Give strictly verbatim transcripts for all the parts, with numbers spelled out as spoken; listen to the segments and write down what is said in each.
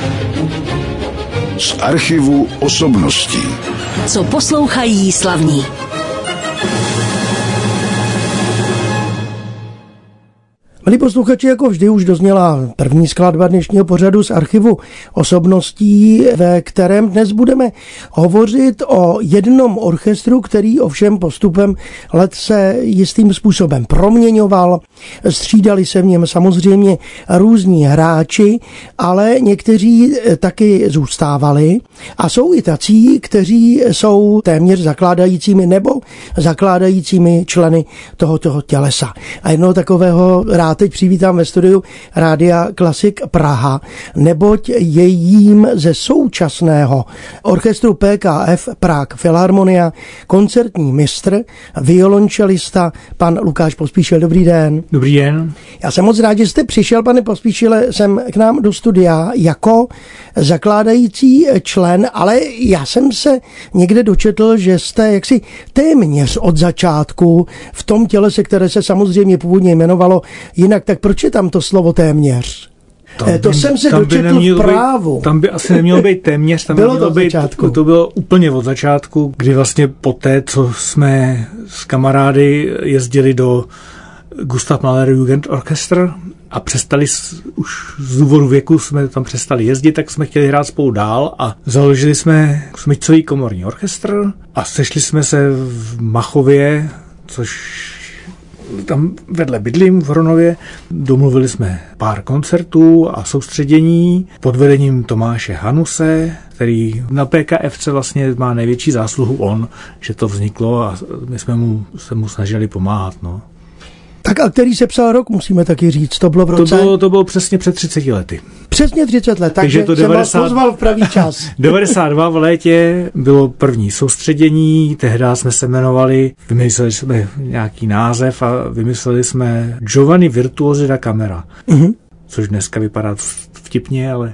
Z archivu osobností. Co poslouchají slavní. Milí posluchači, jako vždy už dozněla první skladba dnešního pořadu z archivu osobností, ve kterém dnes budeme hovořit o jednom orchestru, který ovšem postupem let se jistým způsobem proměňoval. Střídali se v něm samozřejmě různí hráči, ale někteří taky zůstávali. A jsou i tací, kteří jsou téměř zakládajícími nebo zakládajícími členy tohoto tělesa. A jednoho takového rád teď přivítám ve studiu Rádia Klasik Praha, neboť je jím ze současného orchestru P K F Prague Filharmonia koncertní mistr, violončelista pan Lukáš Pospíšil. Dobrý den. Dobrý den. Já jsem moc rád, že jste přišel, pane Pospíšile, sem k nám do studia jako zakládající člen, ale já jsem se někde dočetl, že jste jaksi téměř od začátku v tom tělese, které se samozřejmě původně jmenovalo jinak, tak proč je tam to slovo téměř? Tam by, to jsem se dočetl v právu. Být, tam by asi nemělo být téměř, tam bylo by mělo to být, začátku. To bylo úplně od začátku, kdy vlastně poté, co jsme s kamarády jezdili do Gustav Mahler Jugendorchester a přestali, už z důvodu věku jsme tam přestali jezdit, tak jsme chtěli hrát spolu dál a založili jsme smyčcový komorní orchestr a sešli jsme se v Machově, což tam vedle bydlím v Hronově. Domluvili jsme pár koncertů a soustředění pod vedením Tomáše Hanuse, který na P K F C vlastně má největší zásluhu on, že to vzniklo a my jsme mu, se mu snažili pomáhat. No. Tak a který se psal rok, musíme taky říct, to bylo v roce? To bylo, to bylo přesně před třiceti lety. Přesně třicet let, takže, takže to devadesát, jsem vás pozval v pravý čas. devadesát dva v létě bylo první soustředění, tehdy jsme se jmenovali, vymysleli jsme nějaký název a vymysleli jsme Giovanni Virtuosi da Camera, uh-huh. což dneska vypadá vtipně, ale...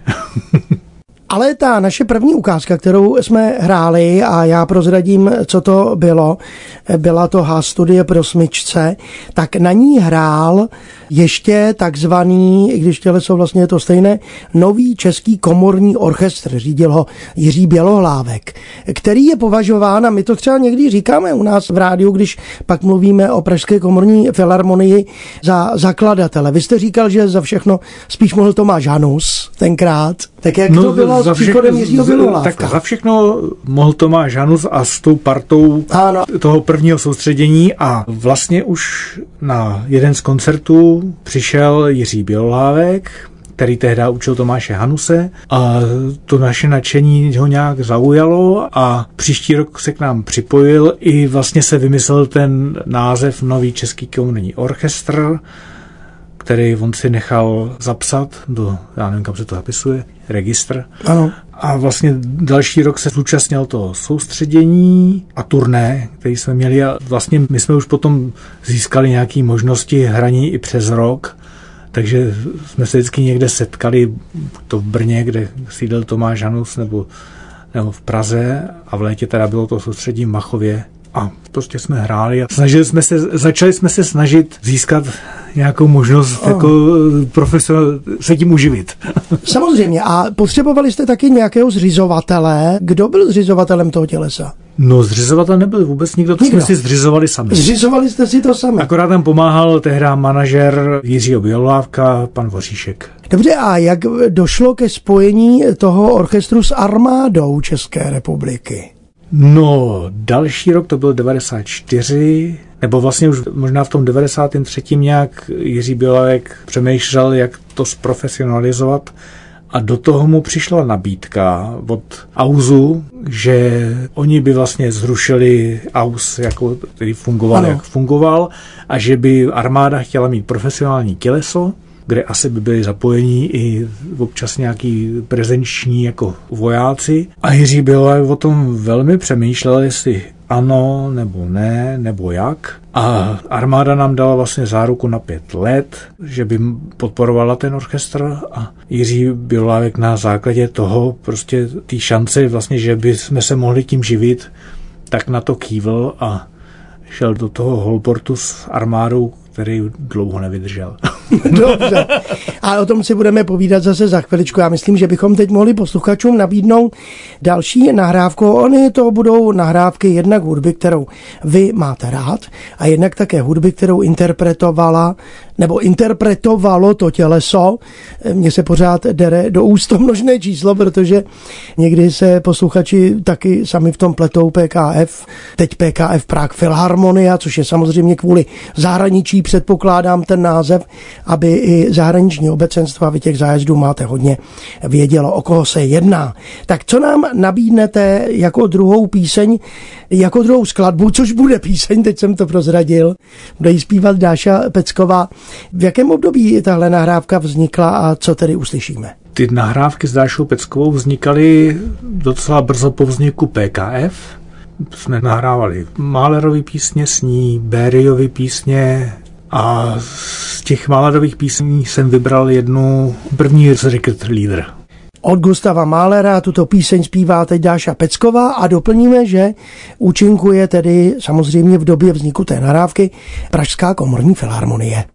Ale ta naše první ukázka, kterou jsme hráli, a já prozradím, co to bylo, byla to H-studie pro smyčce, tak na ní hrál ještě takzvaný, i když těleso vlastně je to stejné, nový český komorní orchestr. Řídil ho Jiří Bělohlávek, který je považován, a my to třeba někdy říkáme u nás v rádiu, když pak mluvíme o Pražské komorní filharmonii, za zakladatele. Vy jste říkal, že za všechno spíš mohl Tomáš Hanus tenkrát. Tak jak no, to bylo s příchodem Jiřího Bělohlávka? Tak za všechno mohl Tomáš Hanus a s tou partou ano. toho prvního soustředění a vlastně už na jeden z koncertů přišel Jiří Bělohlávek, který tehdy učil Tomáše Hanuse a to naše nadšení ho nějak zaujalo a příští rok se k nám připojil i vlastně se vymyslel ten název Nový český komorní orchestr, který on si nechal zapsat do, já nevím, kam se to zapisuje, registr. Ano. A vlastně další rok se zúčastnil toho soustředění a turné, který jsme měli a vlastně my jsme už potom získali nějaké možnosti hraní i přes rok, takže jsme se vždycky někde setkali, to v Brně, kde sídlil Tomáš Hanus, nebo, nebo v Praze a v létě teda bylo to soustředí v Machově. A prostě jsme hráli a snažili jsme se, začali jsme se snažit získat nějakou možnost oh. jako profesor se tím uživit. Samozřejmě. A potřebovali jste taky nějakého zřizovatele. Kdo byl zřizovatelem toho tělesa? No, zřizovatel nebyl vůbec nikdo, to nikdo. Jsme si zřizovali sami. Zřizovali jste si to sami. Akorát tam pomáhal tehdy manažer Jiřího Bělohlávka, pan Voříšek. Dobře, a jak došlo ke spojení toho orchestru s armádou České republiky? No, další rok to byl devadesát čtyři, nebo vlastně už možná v tom devadesátém třetím nějak Jiří Bělohlávek přemýšlel, jak to zprofesionalizovat a do toho mu přišla nabídka od Auzu, že oni by vlastně zrušili Auz, jako, který fungoval, ano. jak fungoval a že by armáda chtěla mít profesionální těleso, kde asi by byli zapojení i občas nějaký prezenční jako vojáci. A Jiří Bělohlávek o tom velmi přemýšlel, jestli ano, nebo ne, nebo jak. A armáda nám dala vlastně záruku na pět let, že by podporovala ten orchestr a Jiří Bělohlávek na základě toho prostě té šance vlastně, že by jsme se mohli tím živit, tak na to kývl a šel do toho Holportu s armádou který dlouho nevydržel. Dobře. A o tom si budeme povídat zase za chviličku. Já myslím, že bychom teď mohli posluchačům nabídnout další nahrávku. Ony to budou nahrávky jednak hudby, kterou vy máte rád, a jednak také hudby, kterou interpretovala nebo interpretovalo to těleso. Mně se pořád dere do úst to množné číslo, protože někdy se posluchači taky sami v tom pletou P K F. Teď P K F Prague Philharmonia, což je samozřejmě kvůli zahraničí, předpokládám ten název, aby i zahraniční obecenstva, vy těch zájezdů máte hodně, vědělo, o koho se jedná. Tak co nám nabídnete jako druhou píseň, jako druhou skladbu, což bude píseň, teď jsem to prozradil, bude jí zpívat Dáša Pecková. V jakém období tahle nahrávka vznikla a co tedy uslyšíme? Ty nahrávky s Dášou Peckovou vznikaly docela brzo po vzniku P K F. Jsme nahrávali Mahlerovy písně s ní, Bériovy písně a z těch Mahlerových písní jsem vybral jednu, první z Rickert Lieder. Od Gustava Mahlera tuto píseň zpívá teď Dáša Pecková a doplníme, že účinkuje tedy samozřejmě v době vzniku té nahrávky Pražská komorní filharmonie.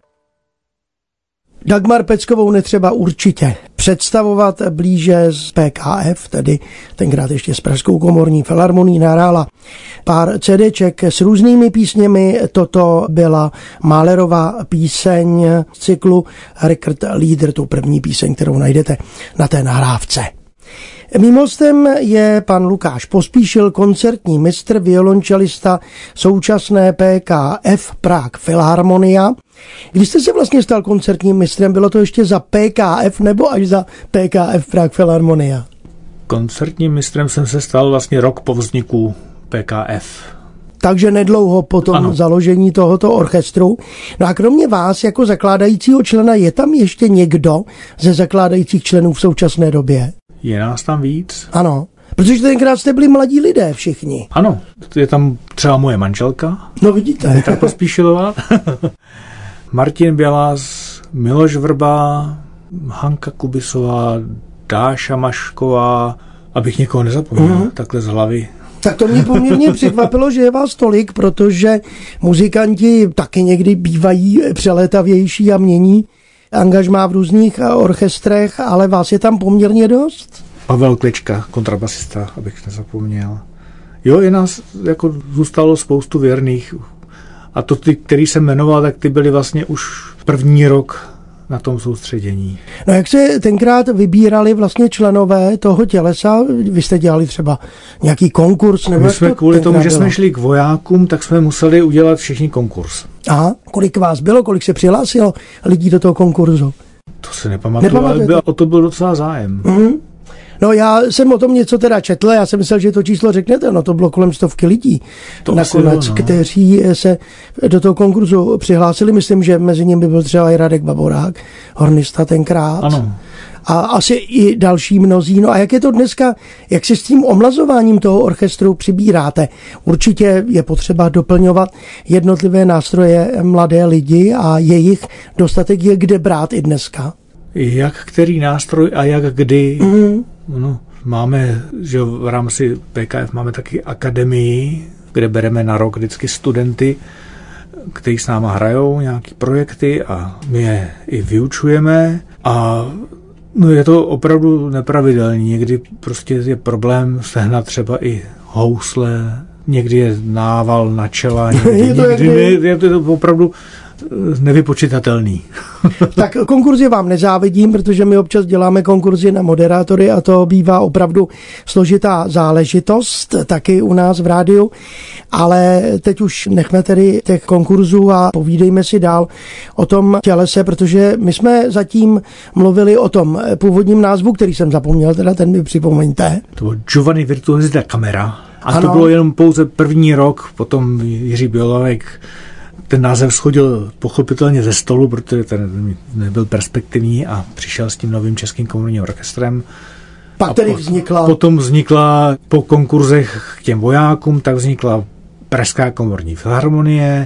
Dagmar Peckovou netřeba určitě představovat blíže z P K F, tedy tenkrát ještě s Pražskou komorní filharmonií, nahrála pár CDček s různými písněmi. Toto byla Mahlerova píseň z cyklu Rickert Lieder, tu první píseň, kterou najdete na té nahrávce. Mým hostem je pan Lukáš Pospíšil, koncertní mistr, violončelista současné P K F Prague Philharmonia. Když jste se vlastně stal koncertním mistrem, bylo to ještě za P K F nebo až za P K F Prague Philharmonia? Koncertním mistrem jsem se stal vlastně rok po vzniku P K F. Takže nedlouho po tom ano. založení tohoto orchestru. No a kromě vás jako zakládajícího člena je tam ještě někdo ze zakládajících členů v současné době? Je nás tam víc? Ano, protože tenkrát jste byli mladí lidé všichni. Ano, je tam třeba moje manželka. No vidíte. Mita Pospíšilová. Martin Bělas, Miloš Vrba, Hanka Kubisová, Dáša Mašková, abych někoho nezapomněl, mm. takhle z hlavy. Tak to mě poměrně překvapilo, že je vás tolik, protože muzikanti taky někdy bývají přelétavější a mění angažmá v různých orchestrech, ale vás je tam poměrně dost. Pavel Klička, kontrabasista, abych nezapomněl. Jo, je nás jako zůstalo spoustu věrných. A to ty, který jsem jmenoval, tak ty byli vlastně už první rok na tom soustředění. No jak se tenkrát vybírali vlastně členové toho tělesa? Vy jste dělali třeba nějaký konkurs? Nebo My jsme kvůli tomu, že jsme šli k vojákům, tak jsme museli udělat všichni konkurs. Aha, kolik vás bylo, kolik se přihlásilo lidí do toho konkurzu? To se nepamatuju, ale byl, o to byl docela zájem. Mm-hmm. No já jsem o tom něco teda četl, já jsem myslel, že to číslo řeknete, no to bylo kolem stovky lidí to nakonec, bylo, no. kteří se do toho konkurzu přihlásili, myslím, že mezi nimi byl třeba i Radek Baborák, hornista tenkrát. Ano. A asi i další mnozí. No a jak je to dneska, jak si s tím omlazováním toho orchestru přibíráte? Určitě je potřeba doplňovat jednotlivé nástroje mladé lidi a jejich dostatek je kde brát i dneska. Jak který nástroj a jak kdy. Mm. No, máme, že v rámci P K F máme taky akademii, kde bereme na rok vždycky studenty, kteří s náma hrajou nějaké projekty a my je i vyučujeme a no je to opravdu nepravidelný. Někdy prostě je problém sehnat třeba i housle, někdy je nával na čela, někdy, je, to někdy je, je to opravdu nevypočitatelný. Tak konkurzy vám nezávidím, protože my občas děláme konkurzy na moderátory a to bývá opravdu složitá záležitost, taky u nás v rádiu, ale teď už nechme tedy těch konkurzů a povídejme si dál o tom tělese, protože my jsme zatím mluvili o tom původním názvu, který jsem zapomněl, teda ten mi připomeňte. To byl Giovanni Virtuosi da Camera a ano. To bylo jenom pouze první rok, potom Jiří Bělohlávek ten název schodil pochopitelně ze stolu, protože ten nebyl perspektivní a přišel s tím novým českým komorním orchestrem. Pak tedy vznikla... Potom vznikla po konkurzech k těm vojákům, tak vznikla Pražská komorní filharmonie.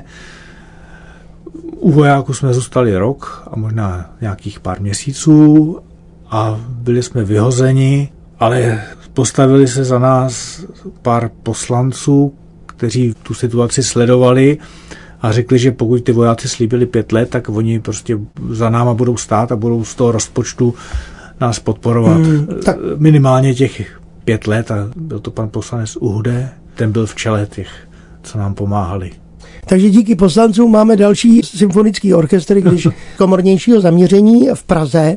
U vojáků jsme zůstali rok a možná nějakých pár měsíců a byli jsme vyhozeni, ale postavili se za nás pár poslanců, kteří tu situaci sledovali a řekli, že pokud ty vojáci slíbili pět let, tak oni prostě za náma budou stát a budou z toho rozpočtu nás podporovat. Hmm, tak... Minimálně těch pět let a byl to pan poslanec Uhde, ten byl v čele těch, co nám pomáhali. Takže díky poslancům máme další symfonický orchestr, když komornějšího zaměření v Praze.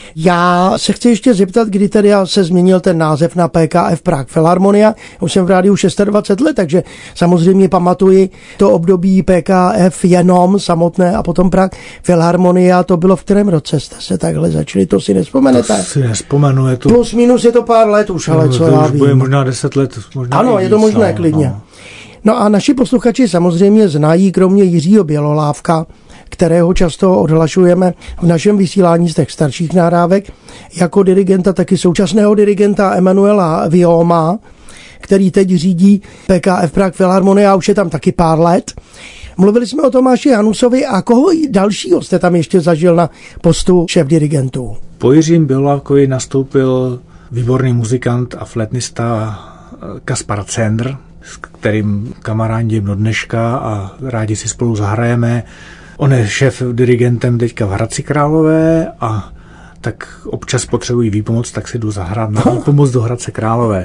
Já se chci ještě zeptat, kdy tedy se změnil ten název na P K F Prague Filharmonia. Už jsem v rádiu dvacet šest let, takže samozřejmě pamatuji to období P K F jenom samotné a potom Prague Filharmonia. To bylo v kterém roce jste se takhle začali, to si nespomenete? To si nespomenu. Je to... Plus minus je to pár let už, ale no, co to já už vím. Bude možná deset let. Možná ano, je to víc, možné, no, klidně. No. No a naši posluchači samozřejmě znají kromě Jiřího Bělohlávka, kterého často odhlašujeme v našem vysílání z těch starších nahrávek, jako dirigenta taky současného dirigenta Emanuela Vioma, který teď řídí P K F Prague Filharmonia a už je tam taky pár let. Mluvili jsme o Tomáši Hanusovi a koho dalšího jste tam ještě zažil na postu šéfdirigentů? Po Jiřím Bělohlávkovi nastoupil výborný muzikant a flétnista Kaspar Cendr, s kterým kamarádím do dneška a rádi si spolu zahrajeme. On je šéf dirigentem teďka v Hradci Králové a tak občas potřebují výpomoc, tak si jdu zahrát na výpomoc do Hradce Králové.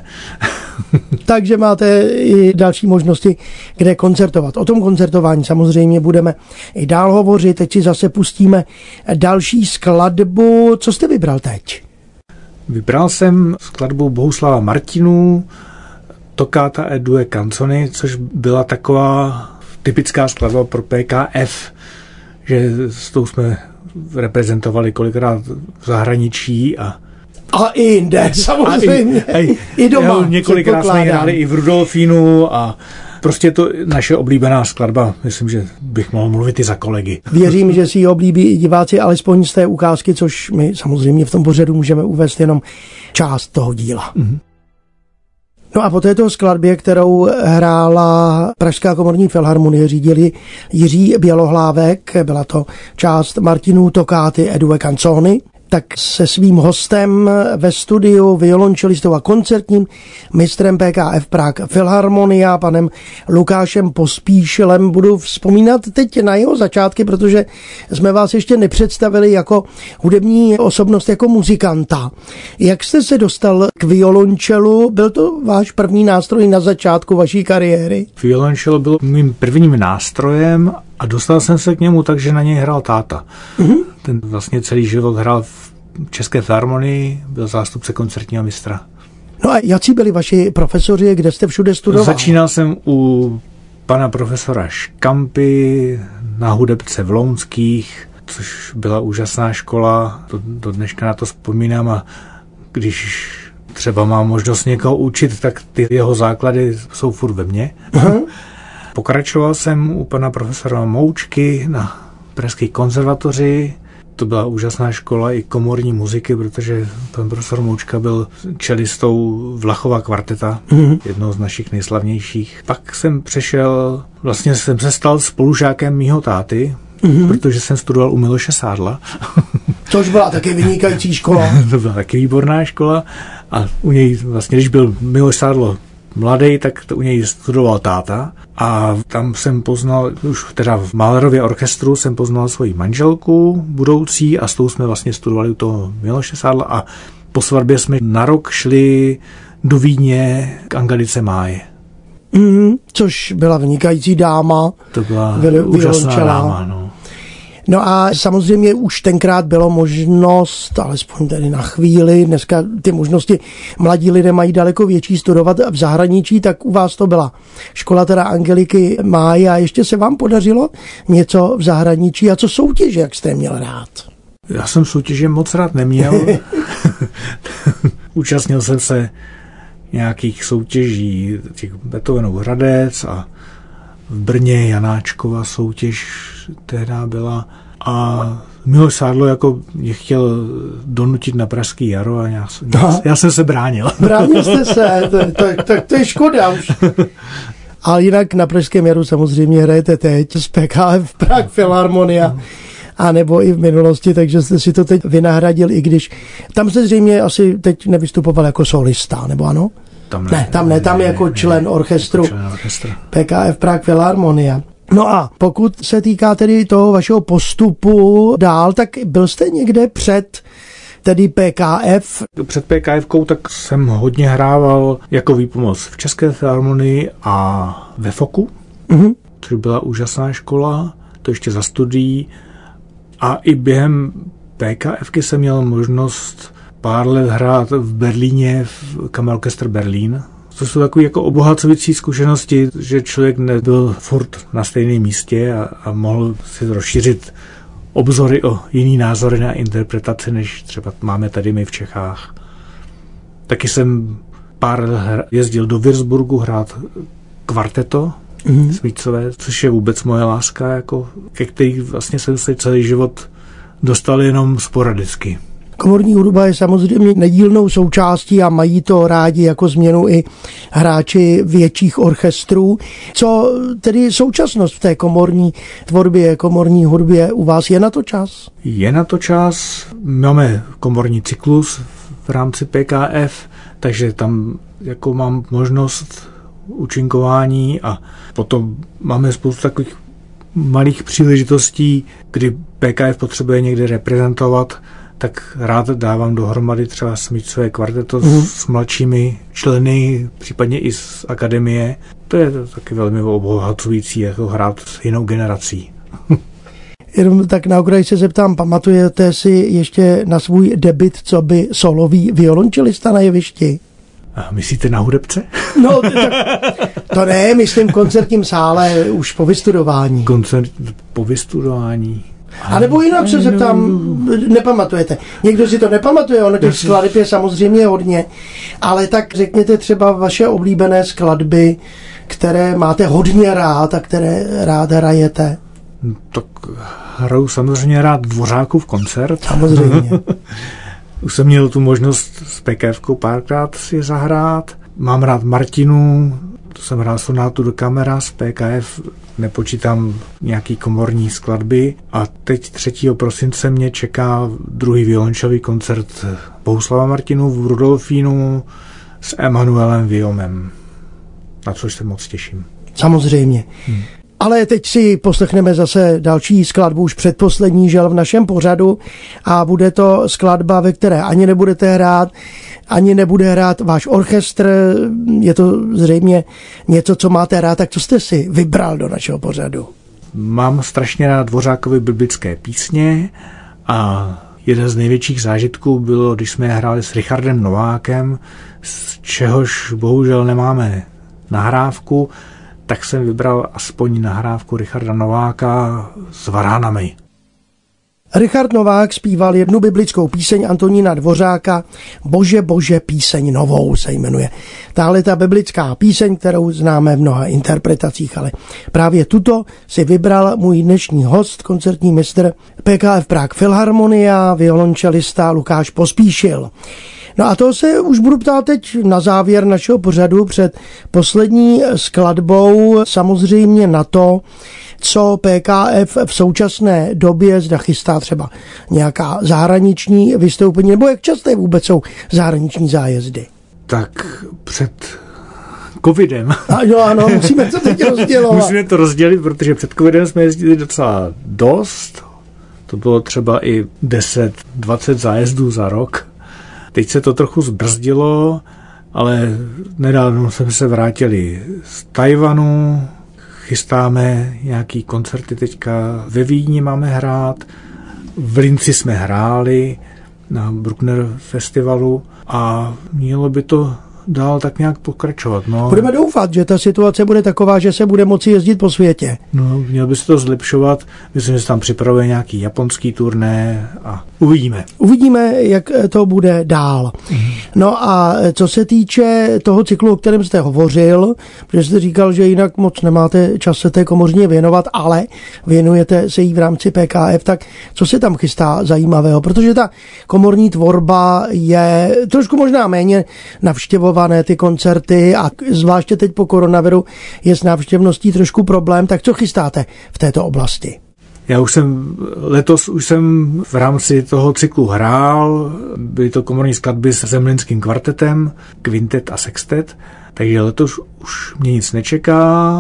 Takže máte i další možnosti, kde koncertovat. O tom koncertování samozřejmě budeme i dál hovořit. Teď si zase pustíme další skladbu. Co jste vybral teď? Vybral jsem skladbu Bohuslava Martinů, Toccata e due canzoni, což byla taková typická skladba pro P K F, že s tou jsme reprezentovali kolikrát v zahraničí a a i jinde, samozřejmě. A i, I doma. Jo, několikrát jsme hráli i v Rudolfínu a prostě to naše oblíbená skladba. Myslím, že bych mohl mluvit i za kolegy. Věřím, že si ji oblíbí i diváci, alespoň z té ukázky, což my samozřejmě v tom pořadu můžeme uvést jenom část toho díla. Mm-hmm. No a po této skladbě, kterou hrála Pražská komorní filharmonie, řídili Jiří Bělohlávek, byla to část Martinů Toccaty e due canzoni, tak se svým hostem ve studiu, violončelistou a koncertním mistrem P K F Prague Filharmonia, panem Lukášem Pospíšilem, budu vzpomínat teď na jeho začátky, protože jsme vás ještě nepředstavili jako hudební osobnost, jako muzikanta. Jak jste se dostal k violončelu? Byl to váš první nástroj na začátku vaší kariéry? Violončelo byl mým prvním nástrojem a dostal jsem se k němu tak, že na něj hrál táta. Mm-hmm. Ten vlastně celý život hrál v České filharmonii, byl zástupce koncertního mistra. No a jací byli vaši profesoři, kde jste všude studoval? Začínal jsem u pana profesora Škampy na hudebce v Lounských, což byla úžasná škola, do, do dneška na to vzpomínám a když třeba mám možnost někoho učit, tak ty jeho základy jsou furt ve mně. Uh-huh. Pokračoval jsem u pana profesora Moučky na Pražské konzervatoři. To byla úžasná škola i komorní muziky, protože pan profesor Moučka byl čelistou Vlachova kvarteta, mm-hmm. jednou z našich nejslavnějších. Pak jsem přešel, vlastně jsem se stal spolužákem mýho táty, mm-hmm. protože jsem studoval u Miloše Sádla. Což byla taky vynikající škola. To byla taky výborná škola a u něj vlastně, když byl Miloš Sádlo mladý, tak to u něj studoval táta a tam jsem poznal, už teda v Mahlerově orchestru jsem poznal svoji manželku budoucí a s tou jsme vlastně studovali u toho Miloše Sádla a po svatbě jsme na rok šli do Vídně k Angelice Máje. Mm, což byla vynikající dáma. To byla úžasná dáma, no. No a samozřejmě už tenkrát bylo možnost, alespoň tedy na chvíli, dneska ty možnosti mladí lidé mají daleko větší, studovat v zahraničí, tak u vás to byla škola teda Angeliky Máje a ještě se vám podařilo něco v zahraničí a co soutěže, jak jste měl rád? Já jsem soutěže moc rád neměl. Účastnil jsem se nějakých soutěží, těch Beethovenův Hradec a v Brně Janáčkova soutěž tehdy byla a Miloš Sádlo jako mě chtěl donutit na Pražský jaro a já, já, já jsem se bránil. Bránil jste se, to, to, to, to je škoda už. Ale jinak na Pražském jaru samozřejmě hrajete teď z P K F Prague Filharmonia a nebo i v minulosti, takže jste si to teď vynahradil, i když tam jste zřejmě asi teď nevystupoval jako solista, nebo ano? Tam ne, ne, tam ne, tam ne, jako ne, člen ne, orchestru jako člen orchestra. P K F Prague Filharmonia. No a pokud se týká tedy toho vašeho postupu dál, tak byl jste někde před tedy P K F? Před PKFkou tak jsem hodně hrával jako výpomoc v České filharmonii a ve Foku, mm-hmm. což byla úžasná škola, to ještě za studií. A i během PKFky jsem měl možnost pár let hrát v Berlíně v Kammerorchester Berlín. To jsou takové jako obohacující zkušenosti, že člověk nebyl furt na stejném místě a, a mohl si rozšířit obzory o jiný názory na interpretaci, než třeba máme tady my v Čechách. Taky jsem pár let jezdil do Würzburgu hrát kvarteto mm. smícové, což je vůbec moje láska, jako, ke který vlastně jsem se celý život dostal jenom sporadicky. Komorní hudba je samozřejmě nedílnou součástí a mají to rádi jako změnu i hráči větších orchestrů. Co tedy současnost v té komorní tvorbě, komorní hudbě u vás, je na to čas? Je na to čas. Máme komorní cyklus v rámci P K F, takže tam jako mám možnost účinkování a potom máme spoustu takových malých příležitostí, kdy P K F potřebuje někde reprezentovat, tak rád dávám dohromady třeba smyčcové kvarteto mm. s mladšími členy, případně i z akademie. To je taky velmi obohacující, jako hrát s jinou generací. Jenom tak na okraji se zeptám, pamatujete si ještě na svůj debut, co by solový violončelista na jevišti? A myslíte na hudebce? No, tak, to ne, myslím v koncertním sále už po vystudování. Koncert po vystudování. A nebo jinak se zeptám, nepamatujete. Někdo si to nepamatuje, ono těch skladeb je samozřejmě hodně, ale tak řekněte třeba vaše oblíbené skladby, které máte hodně rád a které rád hrajete. Tak hraju samozřejmě rád Dvořákův koncert. Samozřejmě. Už jsem měl tu možnost s PKFkou párkrát si zahrát. Mám rád Martinu, to jsem hrál sonátu do kamera z P K F, nepočítám nějaký komorní skladby. A teď třetího prosince mě čeká druhý violončelový koncert Bohuslava Martinu v Rudolfínu s Emanuelem Viomem, na což se moc těším. Samozřejmě. Hmm. Ale teď si poslechneme zase další skladbu, už předposlední žel v našem pořadu a bude to skladba, ve které ani nebudete hrát, ani nebude hrát váš orchestr, je to zřejmě něco, co máte rád, tak co jste si vybral do našeho pořadu? Mám strašně rád Dvořákovy biblické písně a jeden z největších zážitků bylo, když jsme hráli s Richardem Novákem, z čehož bohužel nemáme nahrávku, tak jsem vybral aspoň nahrávku Richarda Nováka s varánami. Richard Novák zpíval jednu biblickou píseň Antonína Dvořáka, Bože, Bože, píseň novou se jmenuje. Tahle ta biblická píseň, kterou známe v mnoha interpretacích, ale právě tuto si vybral můj dnešní host, koncertní mistr P K F Prague Filharmonia, violončelista Lukáš Pospíšil. No a to se už budu ptát teď na závěr našeho pořadu před poslední skladbou samozřejmě na to, co P K F v současné době zda chystá třeba nějaká zahraniční vystoupení, nebo jak časté vůbec jsou zahraniční zájezdy? Tak před covidem. Ano, ano, musíme to teď rozdělovat. Musíme to rozdělit, protože před covidem jsme jezdili docela dost. To bylo třeba i deset dvacet zájezdů za rok. Teď se to trochu zbrzdilo, ale nedávno jsme se vrátili z Tajvanu, chystáme nějaký koncerty teďka ve Vídni máme hrát, v Linci jsme hráli na Bruckner festivalu a mělo by to dál tak nějak pokračovat. No. Budeme doufat, že ta situace bude taková, že se bude moci jezdit po světě. No, měl by se to zlepšovat. Myslím, že se tam připravuje nějaký japonský turné a uvidíme. Uvidíme, jak to bude dál. Mm. No a co se týče toho cyklu, o kterém jste hovořil, protože jste říkal, že jinak moc nemáte čas se té komořině věnovat, ale věnujete se jí v rámci P K F, tak co se tam chystá zajímavého? Protože ta komorní tvorba je trošku možná méně navštěvovaná, ty koncerty a zvláště teď po koronaviru je s návštěvností trošku problém, tak co chystáte v této oblasti? Já už jsem, letos už jsem v rámci toho cyklu hrál, byly to komorní skladby s Zemlínským kvartetem, kvintet a sextet, takže letos už mě nic nečeká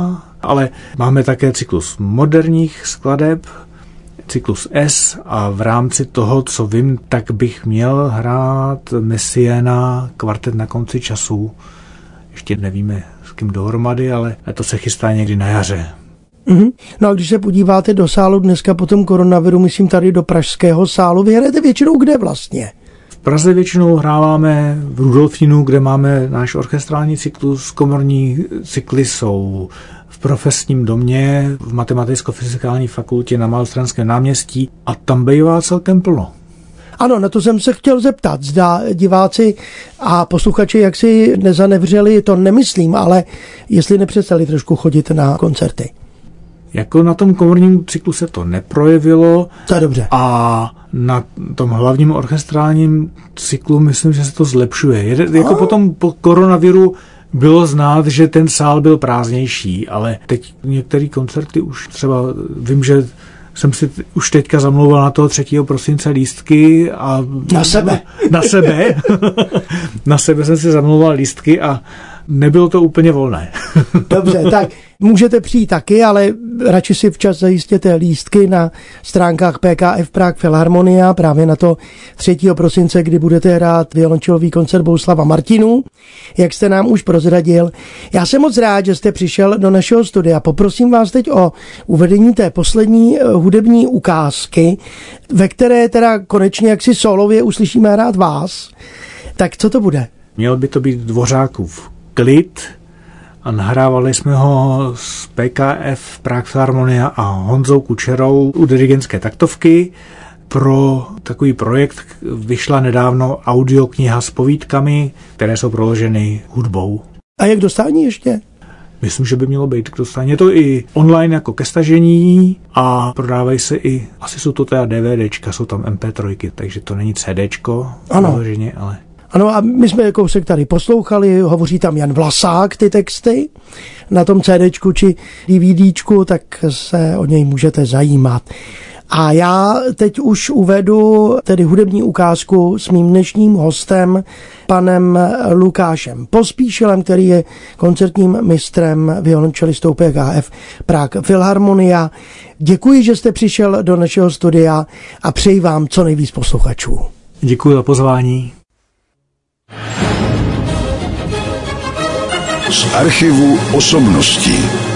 ale máme také cyklus moderních skladeb, cyklus S a v rámci toho, co vím, tak bych měl hrát Messiaena, kvartet na konci časů. Ještě nevíme s kým dohromady, ale to se chystá někdy na jaře. Mm-hmm. No a když se podíváte do sálu dneska po tom koronaviru, myslím tady do pražského sálu, vy hrajete většinou kde vlastně? V Praze většinou hráváme v Rudolfínu, kde máme náš orchestrální cyklus, komorní cykly jsou v profesním domě, v matematicko-fyzikální fakultě na Malostranském náměstí a tam bývá celkem plno. Ano, na to jsem se chtěl zeptat. Zda diváci a posluchači jak si nezanevřeli, to nemyslím, ale jestli nepřestali trošku chodit na koncerty. Jako na tom komorním cyklu se to neprojevilo. To je dobře. A na tom hlavním orchestrálním cyklu myslím, že se to zlepšuje. Je, jako potom po koronaviru bylo znát, že ten sál byl prázdnější, ale teď některé koncerty už třeba vím, že jsem si už teďka zamlouval na toho třetího prosince lístky a na sebe. Na sebe. Na sebe jsem si zamlouval lístky a nebylo to úplně volné. Dobře, tak můžete přijít taky, ale radši si včas zajistěte lístky na stránkách P K F Prague Filharmonia právě na to třetího prosince, kdy budete hrát violončelový koncert Bohuslava Martinů, jak jste nám už prozradil. Já jsem moc rád, že jste přišel do našeho studia. Poprosím vás teď o uvedení té poslední hudební ukázky, ve které teda konečně jaksi solově uslyšíme hrát vás. Tak co to bude? Měl by to být Dvořákův Klid a nahrávali jsme ho s P K F Prague Filharmonia a Honzou Kučerou u dirigentské taktovky. Pro takový projekt vyšla nedávno audiokniha s povídkami, které jsou proloženy hudbou. A jak dostání ještě? Myslím, že by mělo být k dostání. Je to i online jako ke stažení a prodávají se i, asi jsou to teda DVDčka, jsou tam M P tři, takže to není CDčko, proloženě, ale... Ano, a my jsme kousek tady poslouchali, hovoří tam Jan Vlasák ty texty na tom CDčku či DVDčku, tak se o něj můžete zajímat. A já teď už uvedu tedy hudební ukázku s mým dnešním hostem, panem Lukášem Pospíšilem, který je koncertním mistrem violončelistou P K F Prague Filharmonia. Děkuji, že jste přišel do našeho studia a přeji vám co nejvíc posluchačů. Děkuji za pozvání. Z archivu osobností.